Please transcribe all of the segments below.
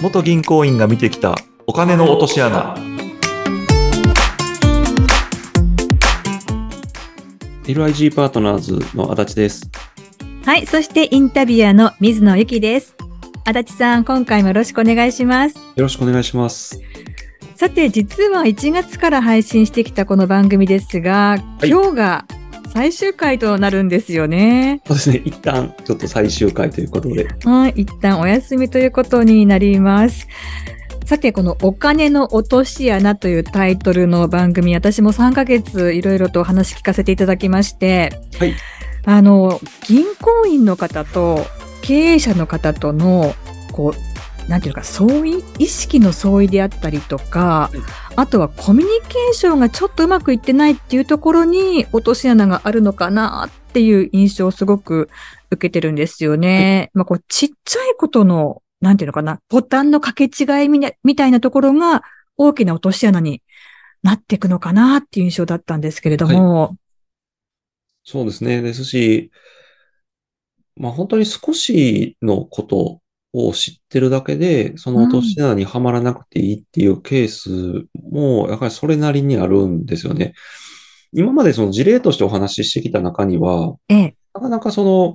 元銀行員が見てきたお金の落とし穴。 LIG パートナーズの足立です。 はい、そしてインタビュアーの水野由紀です。足立さん、今回もよろしくお願いします。よろしくお願いします。 さて、実は1月から配信してきたこの番組ですが、はい、今日が最終回となるんですよね。 そうですね。一旦ちょっと最終回ということで。 はい、一旦お休みということになります。さて、このお金の落とし穴というタイトルの番組、私も3ヶ月いろいろとお話聞かせていただきまして、 はい、 銀行員の方と経営者の方とのなんていうか相違、意識の相違であったりとか、あとはコミュニケーションがちょっとうまくいってないっていうところに落とし穴があるのかなっていう印象をすごく受けてるんですよね。はい、ちっちゃいことのなんていうのかな、ボタンの掛け違いみたいなところが大きな落とし穴になっていくのかなっていう印象だったんですけれども。はい、 そうですね。ですし、本当に少しのことを知ってるだけで、その落とし穴にはまらなくていいっていうケースも、やはりそれなりにあるんですよね。今までその事例としてお話ししてきた中には、なかなかその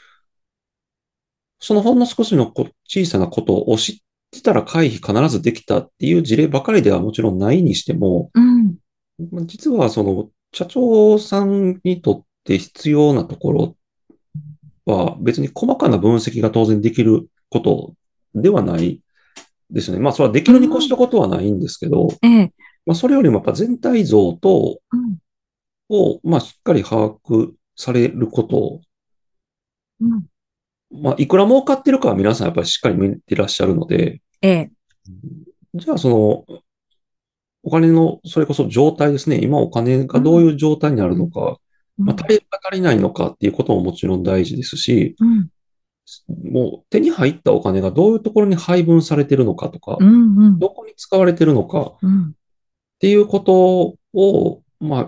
ほんの少しの小さなことを知ってたら回避必ずできたっていう事例ばかりではもちろんないにしても、実はその社長さんにとって必要なところは別に細かな分析が当然できることではないですね。それはできるに越したことはないんですけど、それよりもやっぱ全体像と、を、しっかり把握されること、いくら儲かってるかは皆さんやっぱりしっかり見てらっしゃるので、じゃあその、お金の、それこそ状態ですね。今お金がどういう状態にあるのか、足りるか足りないのかっていうことももちろん大事ですし、もう手に入ったお金がどういうところに配分されてるのかとか、どこに使われてるのかっていうことを、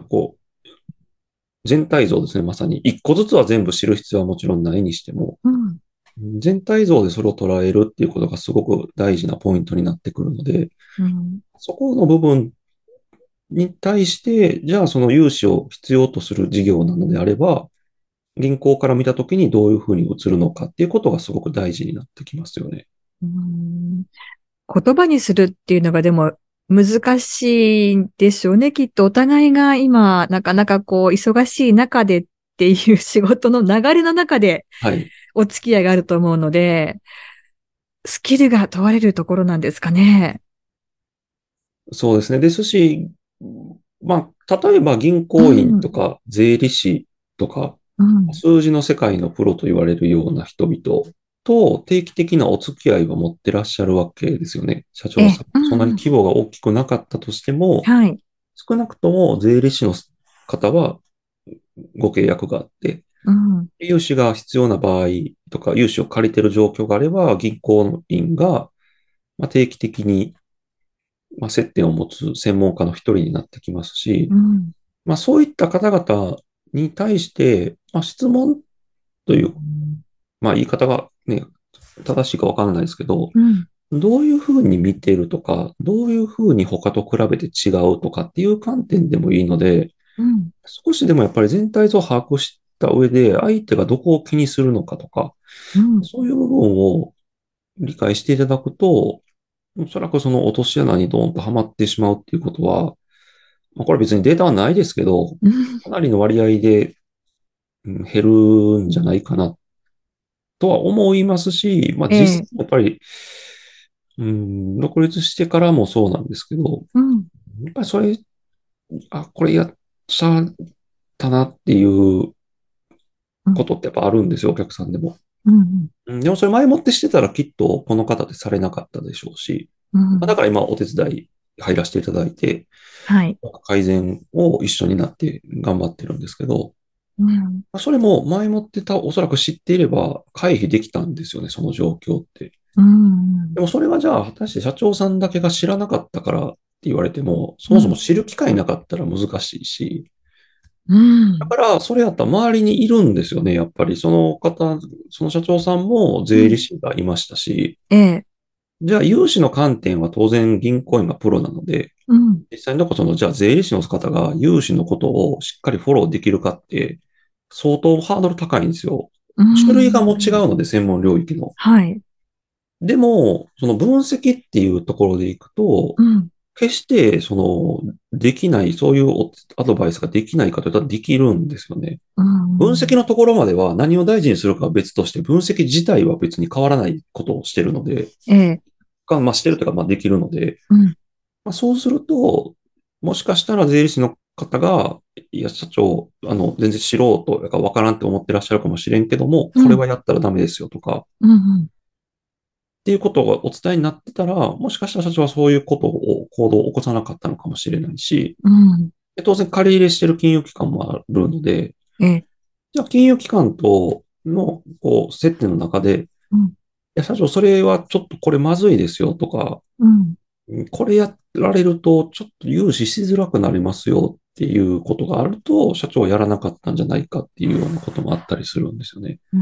全体像ですね、まさに。一個ずつは全部知る必要はもちろんないにしても、全体像でそれを捉えるっていうことがすごく大事なポイントになってくるので、そこの部分に対して、じゃあその融資を必要とする事業なのであれば、銀行から見たときにどういうふうに映るのかっていうことがすごく大事になってきますよね。 言葉にするっていうのがでも難しいんでしょうね。きっとお互いが今なかなか忙しい中でっていう仕事の流れの中でお付き合いがあると思うので、スキルが問われるところなんですかね。 そうですね。ですし、例えば銀行員とか税理士とか、数字の世界のプロと言われるような人々と定期的なお付き合いを持ってらっしゃるわけですよね。社長さん。そんなに規模が大きくなかったとしても、少なくとも税理士の方はご契約があって、融資が必要な場合とか、融資を借りている状況があれば、銀行員が定期的に接点を持つ専門家の一人になってきますし、そういった方々に対して、質問という、言い方がね、正しいかわからないですけど、どういうふうに見ているとか、どういうふうに他と比べて違うとかっていう観点でもいいので、少しでもやっぱり全体像を把握した上で、相手がどこを気にするのかとか、そういう部分を理解していただくと、おそらくその落とし穴にドーンとはまってしまうっていうことは、これ別にデータはないですけど、かなりの割合で減るんじゃないかなとは思いますし、実際やっぱり、独立してからもそうなんですけど、やっぱりそれ、これやっちゃったなっていうことってやっぱあるんですよ、お客さんでも。でもそれ前もってしてたらきっとこの方でされなかったでしょうし、だから今お手伝い入らせていただいて、改善を一緒になって頑張ってるんですけど、それも前もっておそらく知っていれば回避できたんですよね、その状況って。でもそれはじゃあ果たして社長さんだけが知らなかったからって言われても、そもそも知る機会なかったら難しいし、だから、それやったら周りにいるんですよね。やっぱり、その方、その社長さんも税理士がいましたし、 じゃあ、融資の観点は当然銀行員がプロなので、 うん。 実際にじゃあ税理士の方が融資のことをしっかりフォローできるかって、相当ハードル高いんですよ。 う種類がもう違ん。 うので、専門領域の。 はい。 でも、その分析っていうところでいくと、 うん。 決して、できない、そういうアドバイスができないかというとできるんですよね。 うん。 分析のところまでは何を大事にするかは別として、分析自体は別に変わらないことをしてるので、 ええ。 してるというか、できるので、 うん。 そうすると、もしかしたら税理士の方が、いや、社長、全然素人がわからんって思ってらっしゃるかもしれんけども、 うん。 これはやったらダメですよとか、 うん。 っていうことがお伝えになってたら、もしかしたら社長はそういう行動を起こさなかったのかもしれないし、 うん。 で当然借り入れしてる金融機関もあるので、 ええ。 じゃあ金融機関との、接点の中で、いうん。 や、社長、それはちょっとこれまずいですよとか、 うん。 これやられるとちょっと融資しづらくなりますよっていうことがあると、社長はやらなかったんじゃないかっていうようなこともあったりするんですよね。 うん。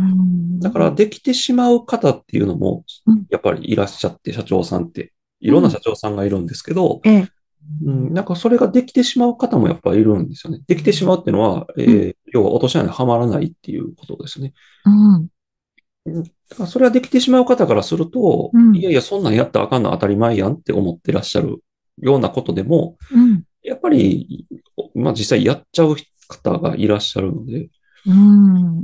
だからできてしまう方っていうのも、 うん。 やっぱりいらっしゃって、社長さんって。いうん。 ろんな社長さんがいるんですけど、 ええ。 なんかそれができてしまう方もやっぱりいるんですよね。できてしまうっていうのは、 うん。 要は落とし穴にはまらないっていうことですね。 うん。 だからそれができてしまう方からすると、 うん。 いやいや、そんなんやったらあかんの当たり前やんって思ってらっしゃるようなことでも、 うん。 やっぱり、実際やっちゃう方がいらっしゃるので、 うん。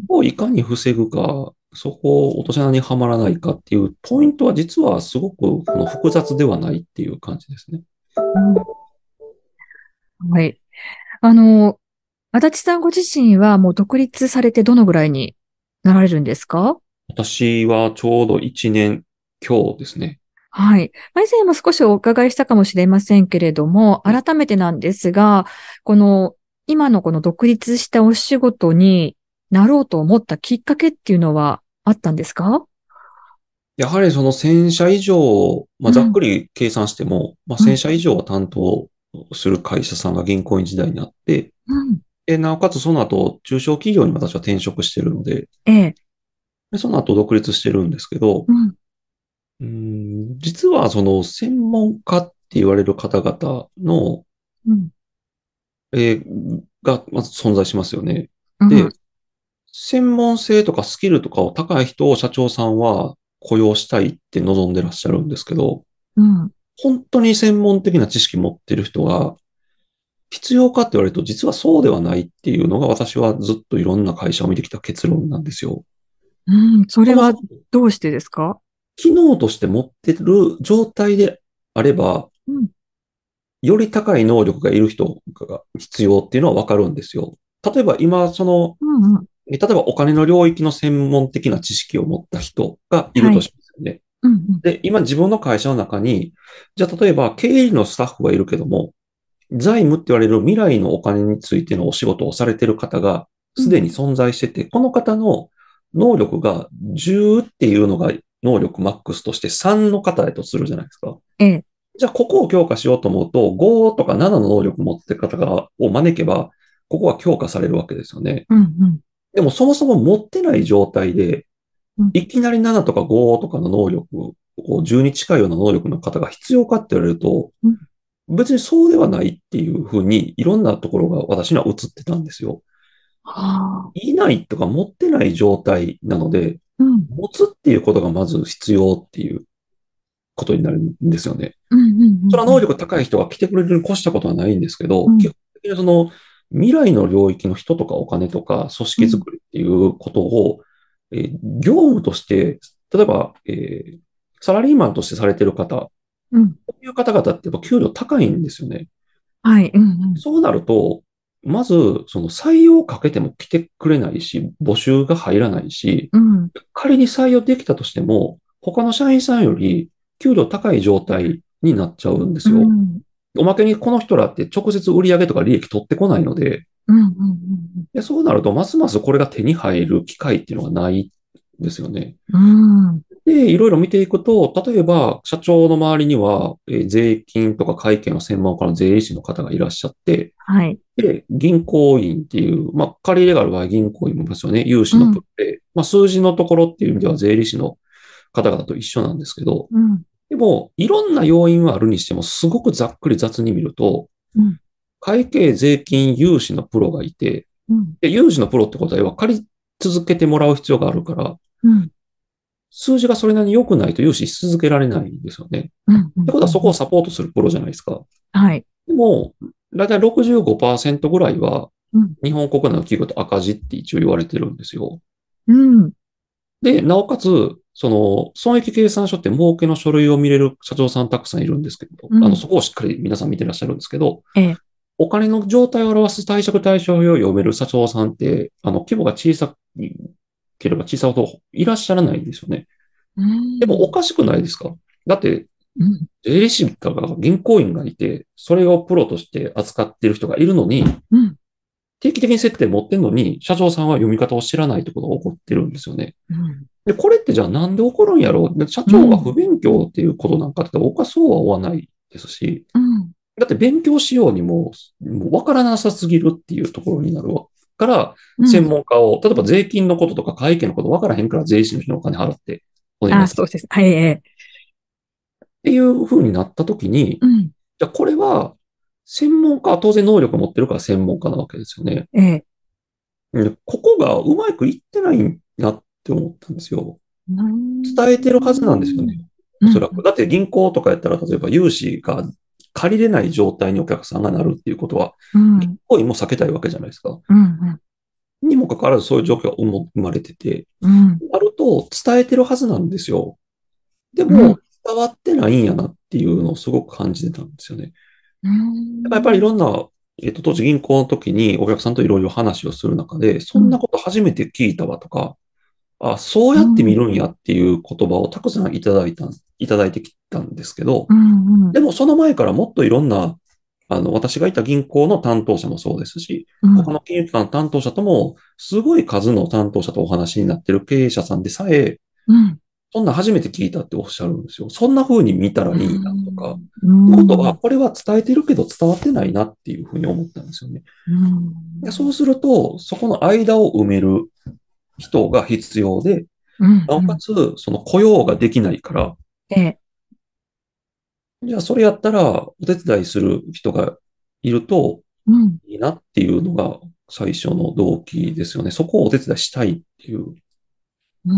をいかに防ぐか、そこを落とし穴にはまらないかっていうポイントは実はすごく複雑ではないっていう感じですね。 うん。はい。あの、足立さんご自身はもう独立されてどのぐらいになられるんですか？ 私はちょうど1年強ですね。 はい。以前も少しお伺いしたかもしれませんけれども、 はい。 改めてなんですが、この、今のこの独立したお仕事になろうと思ったきっかけっていうのはあったんですか？ やはりその1000社以上、ざっうん、 くり計算しても、1000 うん、 社以上は担当する会社さんが銀行員時代にあって、 うん。 なおかつその後、中小企業に私は転職してるので、 ええ、 その後独立してるんですけど、 うん、 実はその専門家って言われる方々の、 うん、 がまず存在しますよね。 うん、 で、専門性とかスキルとかを高い人を社長さんは雇用したいって望んでらっしゃるんですけど、 うん。 本当に専門的な知識持ってる人が必要かって言われると実はそうではないっていうのが私はずっといろんな会社を見てきた結論なんですよ。 うん、それはそもそもどうしてですか？ 機能として持ってる状態であれば、 うん、 より高い能力がいる人が必要っていうのはわかるんですよ。例えば今、 うん、うん。 例えばお金の領域の専門的な知識を持った人がいるはい。 としますよね。 うん、うん、 で、今自分の会社の中に、じゃあ例えば経理のスタッフがいるけども、財務って言われる未来のお金についてのお仕事をされている方がうん。 すでに存在してて、この方の能力が10っていうのが能力マックスとして3の方へとするじゃないですか。 ええ、 じゃあここを強化しようと思うと、5とか7の能力を持っている方を招けば、ここは強化されるわけですよね。 うん、うん、 でもそもそも持ってない状態で、 うん。 いきなり7とか5とかの能力、10に近いような能力の方が必要かって言われると、 うん。 別にそうではないっていうふうに、いろんなところが私には映ってたんですよ。 はあ。 いないとか持ってない状態なので、 うん、 持つっていうことがまず必要っていうことになるんですよね。 うん、うん、うん、 それは能力高い人が来てくれるに越したことはないんですけど、 うん、 基本的にその未来の領域の人とかお金とか組織づうん、 くりっていうことを、業務として、例えば、サラリーマンとしてされてる方、こうん。 ういう方々ってやっぱ給料高いんですよね。 はい。うん、うん、 そうなると、まず、その採用をかけても来てくれないし、募集が入らないし、 うん、 仮に採用できたとしても、他の社員さんより給料高い状態になっちゃうんでうすよ。 ん、 おまけにこの人らって直接売上とか利益取ってこないので、 うん、うん、 でそうなると、ますますこれが手に入る機会っていうのがないんですよね。 うん、うん。 で、いろいろ見ていくと、例えば、社長の周りには、税金とか会計の専門家の税理士の方がいらっしゃって、 はい。 で、銀行員っていう、借り入れがある場合、銀行員もいますよね。融資のプうん、 ロで、数字のところっていう意味では税理士の方々と一緒なんですけど、 うん。 でも、いろんな要因はあるにしても、すごくざっくり雑に見ると、 うん。 会計、税金、融資のプロがいて、 うん。 で融資のプロってことは、要は借り続けてもらう必要があるから、 うん。 数字がそれなりに良くないと融資し続けられないんですよね。っうん。 てことは、そこをサポートするプロじゃないですか。 はい。 でも、だいたい65%ぐらいは、 うん。 日本国内の企業と赤字って一応言われてるんですよ。 うん。 で、なおかつ、損益計算書って儲けの書類を見れる社長さんたくさんいるんですけど、 うん。 そこをしっかり皆さん見てらっしゃるんですけど、 ええ。 お金の状態を表す貸借対照表を読める社長さんって、規模が小さければ小さいほどいらっしゃらないんですよね。 うでもおん。 かしくないですか？だって、 うん。 税理士とか銀行員がいて、それをプロとして扱っている人がいるのに、 うん。 定期的に接点持ってんのに、社長さんは読み方を知らないってことが起こってるんですよね。 うん。 で、これってじゃあなんで起こるんやろう？で社うん。 長が不勉強っていうことなんかって言ったら僕はそうは思わないですし、 うん。 だって勉強しようにもう分からなさすぎるっていうところになるわ。から、 うん。 専門家を、例えば税金のこととか会計のこと分からへんから税理士の人のお金払ってお願いあ、 する。っそうです。はい。ええ。 ていう風になったときに、 うん。 じゃあこれは、専門家は当然能力を持ってるから専門家なわけですよね。 ええ。 でここがうまくいってないなって思ったんですよ。 うん。 伝えてるはずなんですよね。 うん。 おそらく。だって銀行とかやったら、例えば融資が借りれない状態にお客さんがなるっていうことは、銀うん。 行員も避けたいわけじゃないですか。 うん。 にもかかわらずそういう状況が生まれてて、 うん。 あると伝えてるはずなんですよ。でうん。 も、伝わってないんやなっていうのをすごく感じてたんですよね。 うやっぱりいん。 ろんな、当時銀行の時にお客さんといろいろ話をする中で、そんなこと初めて聞いたわとか、あ、そうやって見るんやっていう言葉をたくさんいただいてきたんですけど、 うん。うん。 でもその前からもっといろんな、私がいた銀行の担当者もそうですし、 うん。 他の金融機関の担当者とも、すごい数の担当者とお話になっている経営者さんでさえ、 うん。 そんな初めて聞いたっておっしゃるんですよ。そんな風に見たらういいなとか。っん。 てことは、 うん。 これは伝えてるけど伝わってないなっていうふうに思ったんですよね。 うん。 でそうすると、そこの間を埋める人が必要で、 うん。 なおかつ、その雇用ができないから、 ええ。 じゃあそれやったらお手伝いする人がいるとうん。 いいなっていうのが最初の動機ですよね。そこをお手伝いしたいっていう。 うん。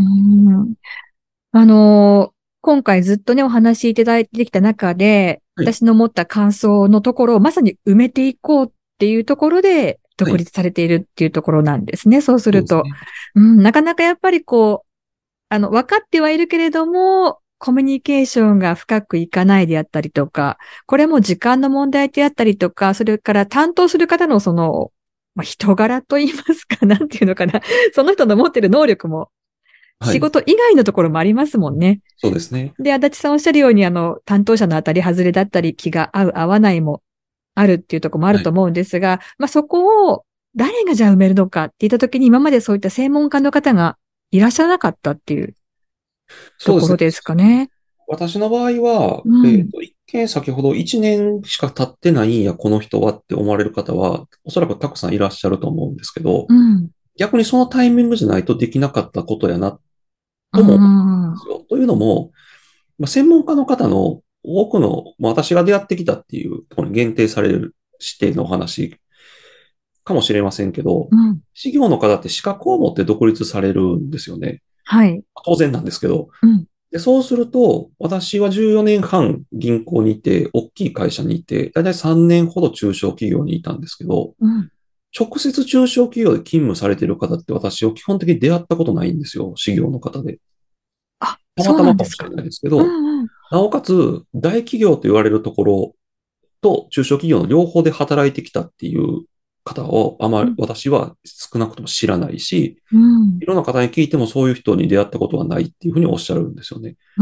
今回ずっとね、お話しいただいてきた中で、 はい。 私の持った感想のところをまさに埋めていこうっていうところで、 はい。 独立されているっていうところなんですね。そうすると。 そうですね。 うん、なかなかやっぱりこう、分かってはいるけれども、コミュニケーションが深くいかないであったりとか、これも時間の問題であったりとか、それから担当する方の人柄と言いますか、なんていうのかな。その人の持っている能力も仕はい。 事以外のところもありますもんね。 そうですね。 で、足立さんおっしゃるように、担当者の当たり外れだったり、気が合う合わないもあるっていうところもあるはい。 と思うんですが、まあ、そこを誰がじゃあ埋めるのかって言ったときに、今までそういった専門家の方がいらっしゃらなかったっていうとそうですね。 ころですかね。 私の場合は、 うん。 一見先ほど1年しか経ってないんや、この人はって思われる方は、おそらくたくさんいらっしゃると思うんですけど、 うん。 逆にそのタイミングじゃないとできなかったことやなうとも思うんん。 ですよ。というのも、専門家の方の多くの、私が出会ってきたっていうところに限定される視点のお話かもしれませんけど、 うん。 事業の方って資格を持って独立されるんですよね。 はい。 当然なんですけど。 うん。 で、そうすると、私は14年半銀行にいて、大きい会社にいて、だいたい3年ほど中小企業にいたんですけど、 うん。 直接中小企業で勤務されている方って私を基本的に出会ったことないんですよ。事業の方で。 あ、そうたまたなんですか。 まかもしれないですけど、 うんうん。 なおかつ、大企業と言われるところと中小企業の両方で働いてきたっていう方をあまりうん。 私は少なくとも知らないし、 うん。 いろんな方に聞いてもそういう人に出会ったことはないっていうふうにおっしゃるんですよね。 うん。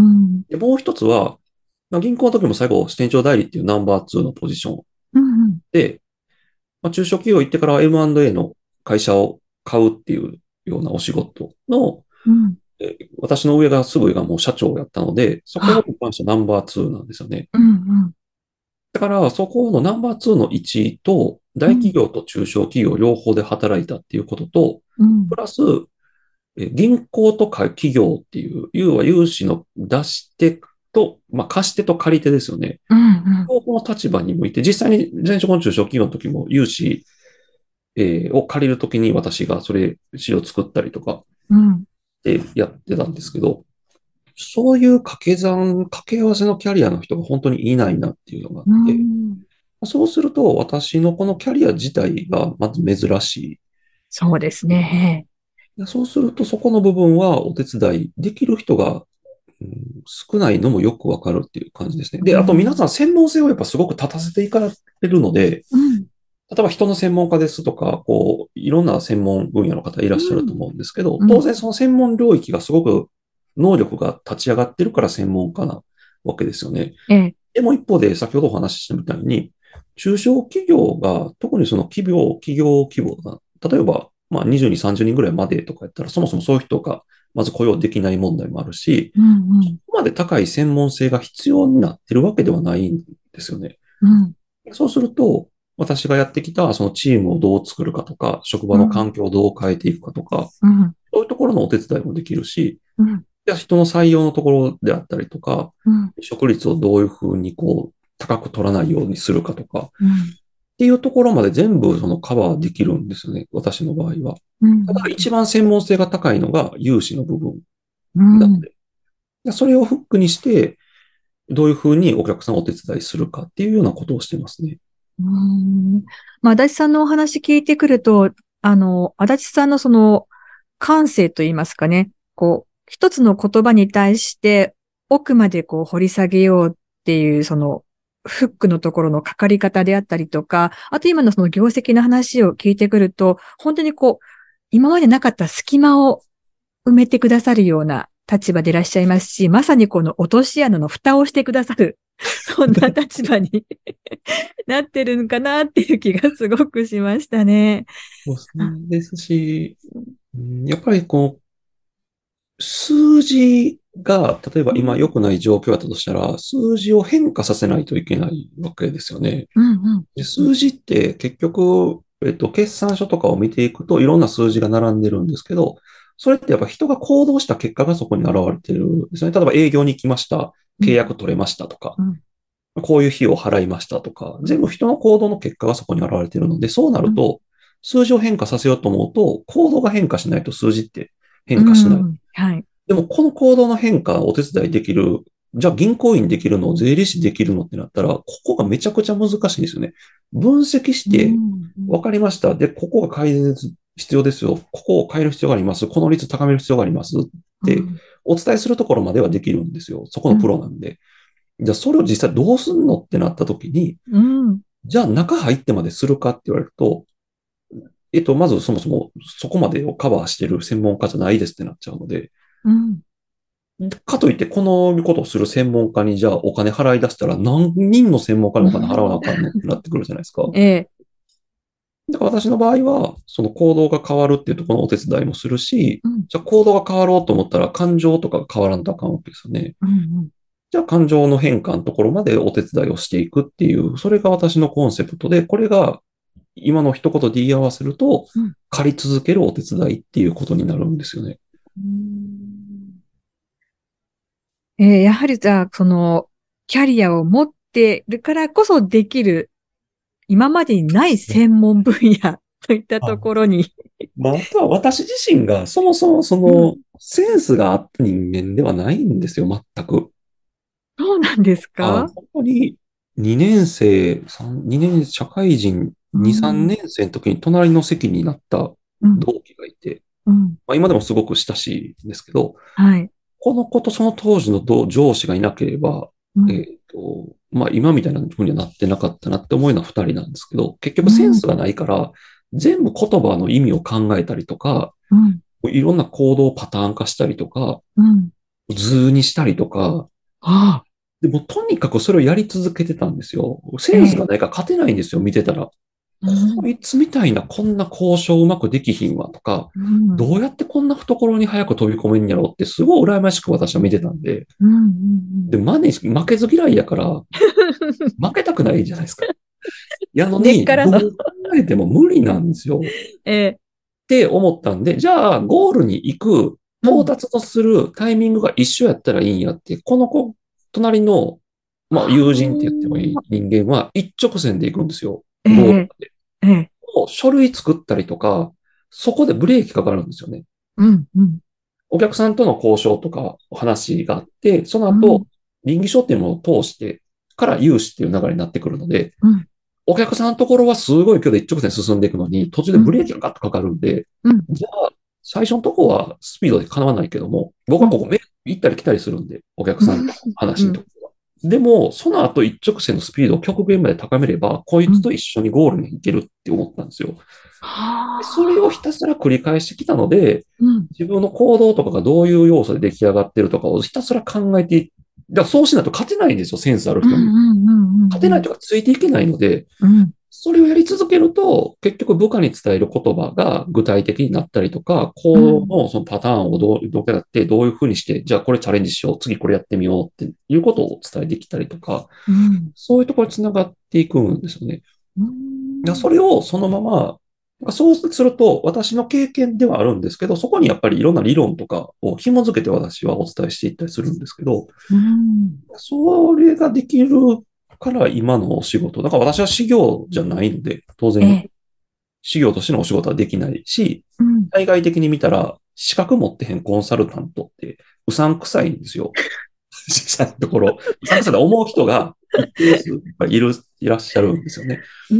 で、もう一つは、銀行の時も最後支店長代理っていうナンバー2のポジションうん。 で、中小企業行ってから M&A の会社を買うっていうようなお仕事の、 うん。 私の上がすぐ上がもう社長やったので、そこあ、 に関してはナンバー2なんですよね。 うん。 だから、そこのナンバー2の位置と、 うん。 大企業と中小企業両方で働いたっていうことと、 うん。 プラス、銀行とか企業っていう、要は融資の出してと、貸し手と借り手ですよね。両方の立場に向いて、実際に前職の中小企業の時も融資、を借りるときに私がそれ、資料作ったりとかでやってたんですけど、そういう掛け合わせのキャリアの人が本当にいないなっていうのがあって、そうすると私のこのキャリア自体がまず珍しそうですね。 い。そうするとそこの部分はお手伝いできる人が、少ないのもよくわかるっていう感じですね。で、あと皆さん専門性をやっぱすごく立たせていかれるので、例えば人の専門家ですとか、いろんな専門分野の方いらっしゃると思うんですけど、当然その専門領域がすごく能力が立ち上がってるから専門家なわけですよね。でも一方で先ほどお話ししたみたいに、中小企業が特にその企業規模が、例えば20人、30人ぐらいまでとかやったら、そもそもそういう人がまず雇用できない問題もあるし、そこまで高い専門性が必要になってるわけではないんですよね。そうすると、私がやってきたそのチームをどう作るかとか、職場の環境をどう変えていくかとか、そういうところのお手伝いもできるし、人の採用のところであったりとか、職率をどういうふうに高く取らないようにするかとか、っていうところまで全部そのカバーできるんですよね、私の場合は。ただ一番専門性が高いのが融資の部分なので、それをフックにして、どういうふうにお客さんをお手伝いするかっていうようなことをしてますね。 足立さんのお話聞いてくると、足立さんのその感性といいますかね、一つの言葉に対して奥まで掘り下げようっていう、そのフックのところのかかり方であったりとか、あと今のその業績の話を聞いてくると、本当に今までなかった隙間を埋めてくださるような立場でいらっしゃいますし、まさにこの落とし穴の蓋をしてくださる、そんな立場になってるのかなっていう気がすごくしましたね。 そうですし、やっぱり数字が、例えば今良くない状況だったとしたら、数字を変化させないといけないわけですよね。で数字って結局、決算書とかを見ていくといろんな数字が並んでるんですけど、それってやっぱ人が行動した結果がそこに現れてるんですよね。例えば営業に行きました。契約取れましたとか、こういう費用を払いましたとか、全部人の行動の結果がそこに現れてるので、そうなると、数字を変化させようと思うと、行動が変化しないと数字って変化しない。でも、この行動の変化をお手伝いできる、じゃあ銀行員できるの、税理士できるのってなったら、ここがめちゃくちゃ難しいんですよね。分析して、わかりました。で、ここが改善必要ですよ。ここを変える必要があります。この率高める必要がありますって、お伝えするところまではできるんですよ。そこのプロなんで。じゃあ、それを実際どうすんのってなった時に、じゃあ中入ってまでするかって言われると、まずそもそもそこまでをカバーしてる専門家じゃないですってなっちゃうので、かといってこのことをする専門家にじゃあお金払い出したら何人の専門家にお金払わなあかんのってなってくるじゃないですか。だから私の場合は、その行動が変わるっていうところのお手伝いもするし、じゃあ行動が変わろうと思ったら感情とかが変わらんとあかんわけですよね。じゃあ感情の変化のところまでお手伝いをしていくっていう、それが私のコンセプトで、これが今の一言で言い合わせると、借り続けるお手伝いっていうことになるんですよね。 やはりじゃあ、その、キャリアを持ってるからこそできる、今までにない専門分野といったところに。 あとは私自身がそもそもその、センスがあった人間ではないんですよ、全く。 そうなんですか？ 本当に2年生、2年、社会人2、3年生の時に隣の席になった同期がいて、今でもすごく親しいんですけど、この子とその当時の上司がいなければ、今みたいな風にはなってなかったなって思うような2人なんですけど、結局センスがないから、全部言葉の意味を考えたりとか、いろんな行動をパターン化したりとか、図にしたりとか、でもとにかくそれをやり続けてたんですよ。センスがないから勝てないんですよ、見てたら。こいつみたいなこんな交渉うまくできひんわとか、どうやってこんな懐に早く飛び込めんやろってすごい羨ましく私は見てたんで、で、負けず嫌いやから、負けたくないじゃないですか。やのに、どう考えても無理なんですよ。って思ったんで、じゃあゴールに行く、到達とするタイミングが一緒やったらいいんやって、この子隣の、まあ、友人って言ってもいい人間は一直線で行くんですよ。 えゴールまえ、 で。 ええ、 書類作ったりとか、そこでブレーキかかるんですよね。 うん、うん、 お客さんとの交渉とかお話があって、そのうん、 後、稟議書っていうものを通してから融資っていう流れになってくるので、 うん、 お客さんのところはすごい距離で一直線進んでいくのに、途中でうん、 ブレーキがガッとかかるんで、 うん、 じゃあ、最初のとこはスピードで叶わないけども、僕はここ行ったり来たりするんで、お客さんと話のところは。でも、その後一直線のスピードを極限まで高めれば、こいつと一緒にゴールに行けるって思ったんですよ。でそれをひはあ、 たすら繰り返してきたので、 うん、 自分の行動とかがどういう要素で出来上がってるとかをひたすら考えて、だからそうしないと勝てないんですよ、センスあるうん、う人に。 ん、うん、 勝てないとかついていけないので、 うん、 それをやり続けると、結局部下に伝える言葉が具体的になったりとか、 うん、 行動のそのパターンをどうやって、どういうふうにして、じゃあこれチャレンジしよう、次これやってみようっていうことを伝えてきたりとか、 うん、 そういうところにつながっていくんですよね。 うそん、 れをそのまま、そうすると私の経験ではあるんですけど、そこにやっぱりいろんな理論とかを紐づけて私はお伝えしていったりするんですけど、 うん、 それができるから今のお仕事。だから私は修行じゃないので、当然ええ、 修行としてのお仕事はできないし、 うん、 対外的に見たら資格持ってへんコンサルタントってうさんくさいんですよ。実際のところ。うさんくさいと思う人が一定数いらっしゃるんですよね。 うん、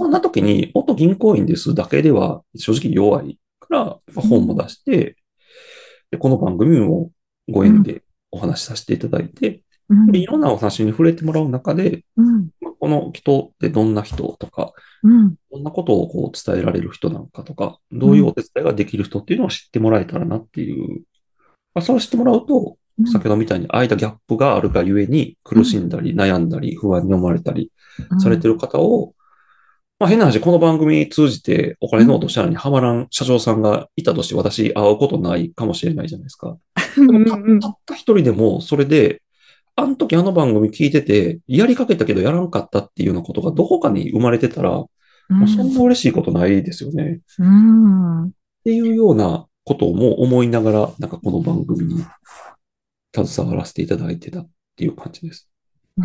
そんな時に、元銀行員ですだけでは正直弱いから、やっぱ本も出して、でこの番組もごうん、 縁でお話しさせていただいて、でいうん、 ろんなお話に触れてもらう中で、 うん、 この人ってどんな人とか、 うん、 どんなことをこう伝えられる人なのかとか、どういうおうん、 手伝いができる人っていうのを知ってもらえたらなっていう。そう知ってもらうと、 うん、 先ほどみたいに間ギャップがあるがゆえに苦しんだり悩んだり不安に思われたりされてる方を、変な話、この番組通じてお金の落とし穴にはまらん社長さんがいたとして私会うことないかもしれないじゃないですか。 うでもたん、 った一人でもそれで、あの時あの番組聞いてて、やりかけたけどやらんかったっていうようなことがどこかに生まれてたら、もうそんな嬉しいことないですよね。っうん、 ていうようなことも思いながら、なんかこの番組に携わらせていただいてたっていう感じです。 うん。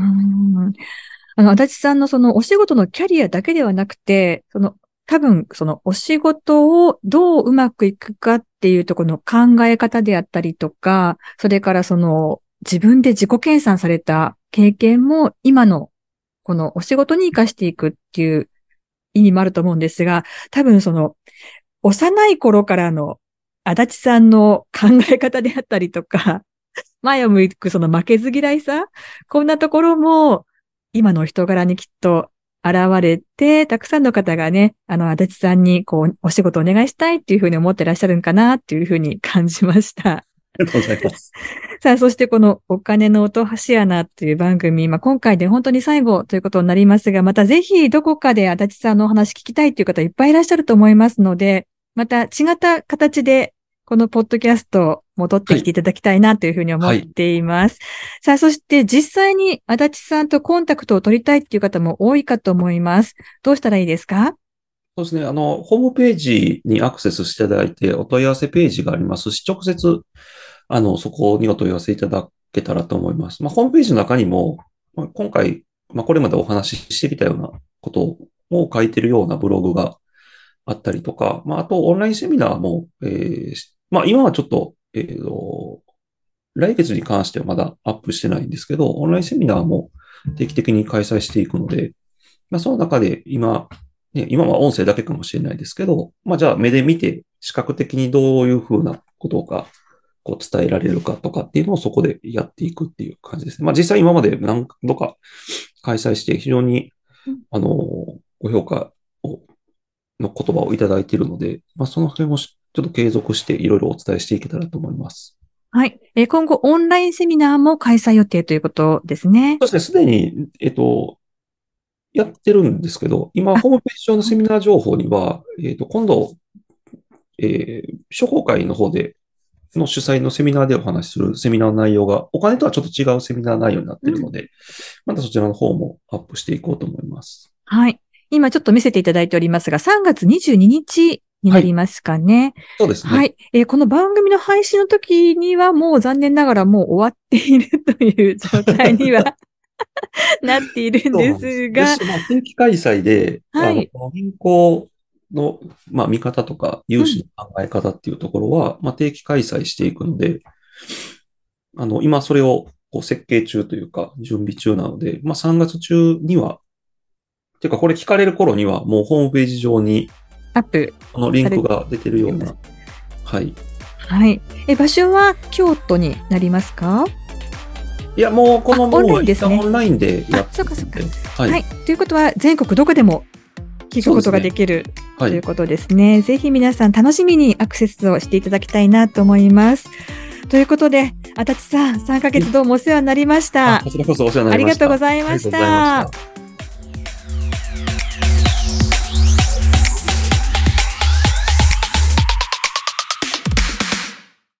足立さんのそのお仕事のキャリアだけではなくて、多分そのお仕事をどううまくいくかっていうところの考え方であったりとか、それからその自分で自己研鑽された経験も今のこのお仕事に活かしていくっていう意味もあると思うんですが、多分その幼い頃からの足立さんの考え方であったりとか、前を向くその負けず嫌いさ、こんなところも今の人柄にきっと現れて、たくさんの方がね、足立さんにこう、お仕事お願いしたいっていうふうに思ってらっしゃるんかなっていうふうに感じました。 ありがとうございます。 さあ、そしてこのお金の落とし穴っていう番組、今回で本当に最後ということになりますが、またぜひどこかで足立さんのお話聞きたいという方いっぱいいらっしゃると思いますので、また違った形でこのポッドキャスト戻ってきていただきたいなというふうに思っています。さあ、そして実際に足立さんとコンタクトを取りたいっていう方も多いかと思います。どうしたらいいですか？ そうですね。ホームページにアクセスしていただいて、お問い合わせページがありますし、直接、そこにお問い合わせいただけたらと思います。ホームページの中にも、今回、これまでお話ししてきたようなことを書いてるようなブログがあったりとか、あと、オンラインセミナーも、今はちょっと、来月に関してはまだアップしてないんですけど、オンラインセミナーも定期的に開催していくので、その中で今は音声だけかもしれないですけど、じゃあ目で見て視覚的にどういうふうなことがこう伝えられるかとかっていうのをそこでやっていくっていう感じですね。実際今まで何度か開催して非常に、ご評価の言葉をいただいているので、その辺もちょっと継続していろいろお伝えしていけたらと思います。 はい。今後オンラインセミナーも開催予定ということですね。 そうですね。すでに、やってるんですけど、今、ホームページ上のセミナー情報には、今度、商工会の方で、の主催のセミナーでお話しするセミナーの内容が、お金とはちょっと違うセミナー内容になっているので、またそちらの方もアップしていこうと思います。 はい。今ちょっと見せていただいておりますが、3月22日になりますかね。 そうですね。 はい。この番組の配信の時にはもう残念ながらもう終わっているという状態にはなっているんですが、 定期開催で、 はい。 この銀行の、見方とか、融資の考え方っていうところは、定期開催していくので、今それを設計中というか、準備中なので、3月中には、ていうかこれ聞かれる頃には、もうホームページ上に、 アップ。 このリンクが出てるような。はい。 はい。場所は京都になりますか？ いや、もうこのオンラインですね。 オンラインでやってそうかそうか。 はい。 はい。ということは、全国どこでも聞くことができる、ということですね。ぜひ皆さん楽しみにアクセスをしていただきたいなと思います。ということで、足立さん、3ヶ月どうもお世話になりました。 こちらこそお世話になりました。 ありがとうございました。